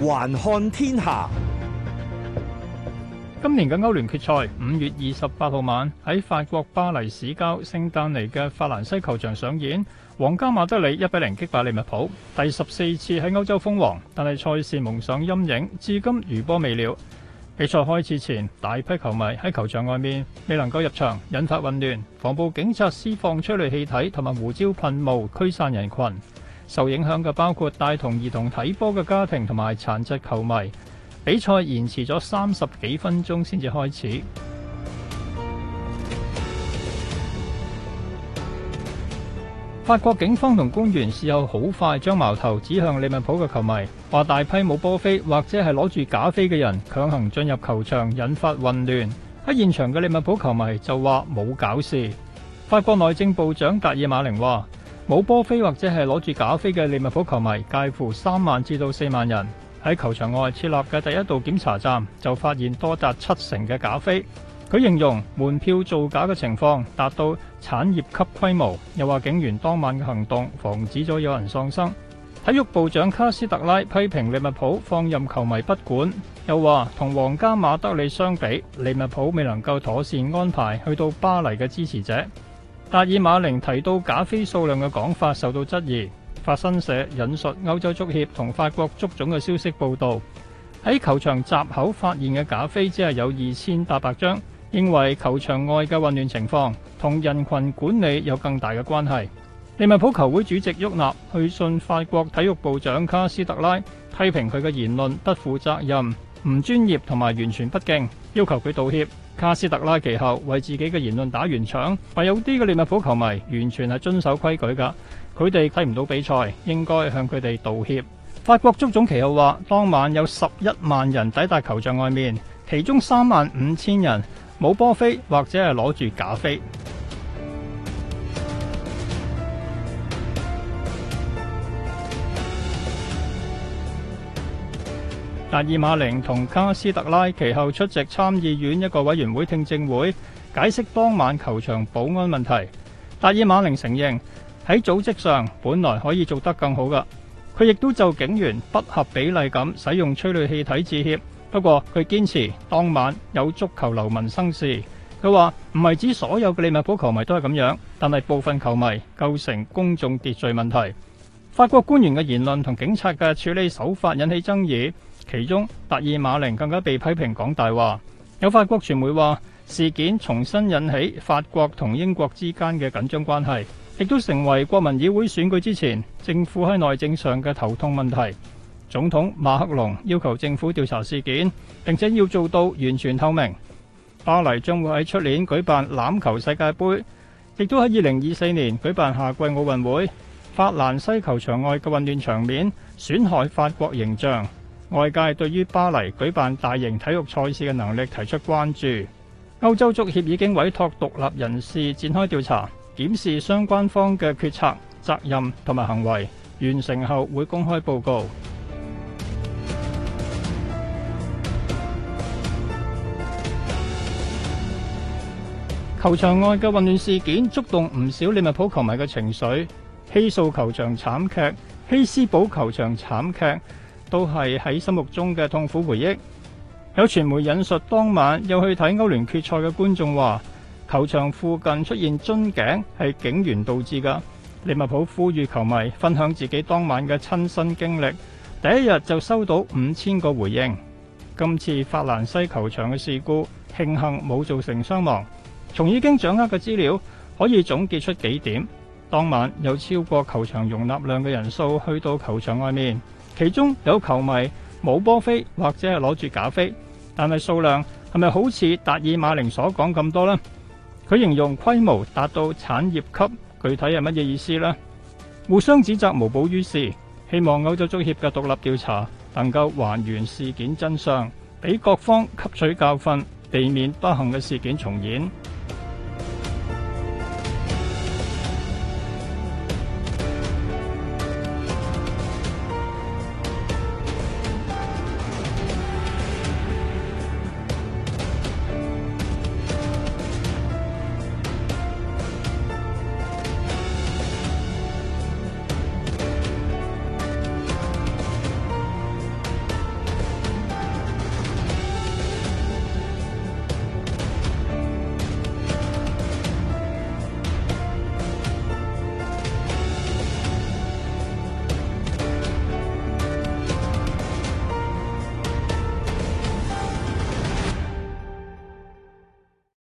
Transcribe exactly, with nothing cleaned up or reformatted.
環看天下。 今年嘅歐聯決賽，五月二十八號晚喺法國巴黎市郊聖丹尼嘅法蘭西球場上演，皇家馬德里一比零擊敗利物浦，第十四次喺歐洲封王，但係賽事蒙上陰影，至今餘波未了。比賽開始前，大批球迷喺球場外面未能夠入場，引發混亂，防暴警察施放催淚氣體同埋胡椒噴霧驅散人群。受影響嘅包括帶同兒童睇波嘅家庭同埋殘疾球迷。比賽延遲咗三十幾分鐘先至開始。法國警方同官員事後好快將矛頭指向利物浦嘅球迷，話大批冇波飛或者係攞住假飛嘅人強行進入球場，引發混亂。喺現場嘅利物浦球迷就話冇搞事。法國內政部長達爾馬寧話，冇波飛或者係攞住假飛嘅利物浦球迷介乎三萬至到四萬人。喺球場外設立嘅第一道檢查站就發現多達七成嘅假飛。佢形容門票造假嘅情況達到產業級規模，又話警員當晚嘅行動防止咗有人喪生。體育部長卡斯特拉批評利物浦放任球迷不管，又話同皇家馬德里相比，利物浦未能夠妥善安排去到巴黎嘅支持者。達爾馬寧提到假飛數量嘅講法受到質疑。法新社引述歐洲足協同法國足總嘅消息報導，喺球場閘口發現嘅假飛只係有二千八百張，認為球場外嘅混亂情況同人群管理有更大嘅關係。利物浦球會主席沃納去信法國體育部長卡斯特拉，批評佢嘅言論不負責任、唔專業同埋完全不敬，要求佢道歉。卡斯特拉其後為自己嘅言論打完場，話有啲嘅利物浦球迷完全係遵守規矩㗎。佢哋睇唔到比賽，應該向佢哋道歉。法國足總其後話，當晚有十一萬人抵達球場外面，其中三萬五千人冇波飛或者係攞住假飛。達爾馬寧同卡斯特拉其後出席參議院一個委員會聽證會，解釋當晚球場保安問題。達爾馬寧承認喺組織上本來可以做得更好㗎，佢亦都就警員不合比例咁使用催淚氣體致歉。不過佢堅持當晚有足球流民生事。佢話唔係指所有嘅利物浦球迷都係咁樣，但係部分球迷構成公眾秩序問題。法國官員嘅言論同警察嘅處理手法引起爭議，其中達爾馬寧更加被批評講大話。有法國傳媒話事件重新引起法國同英國之間嘅緊張關係，亦都成為國民議會選舉之前政府喺內政上嘅頭痛問題。總統馬克龍要求政府調查事件，並且要做到完全透明。巴黎將會喺出年舉辦欖球世界盃，亦都喺二零二四年舉辦夏季奧運會。法蘭西球場外嘅混亂場面損害法國形象，外界對於巴黎舉辦大型體育賽事嘅能力提出關注。歐洲足協已經委託獨立人士展開調查，檢視相關方嘅決策、責任同埋行為，完成後會公開報告。球場外嘅混亂事件觸動唔少利物浦球迷嘅情緒，希素球場慘劇、希斯堡球場慘劇都係喺心目中嘅痛苦回憶。有傳媒引述當晚又去睇歐聯決賽嘅觀眾話，球場附近出現樽頸係警員導致㗎。利物浦呼籲球迷分享自己當晚嘅親身經歷，第一日就收到五千個回應。今次法蘭西球場嘅事故慶幸冇造成傷亡。從已經掌握嘅資料可以總結出幾點：當晚有超過球場容納量嘅人數去到球場外面，其中有球迷冇波飛或者係攞住假飛，但係數量係咪好似達爾馬寧所講咁多呢？佢形容規模達到產業級，具體係乜嘢意思呢？互相指責無補於事，希望歐洲足協嘅獨立調查能夠還原事件真相，俾各方吸取教訓，避免不幸嘅事件重演。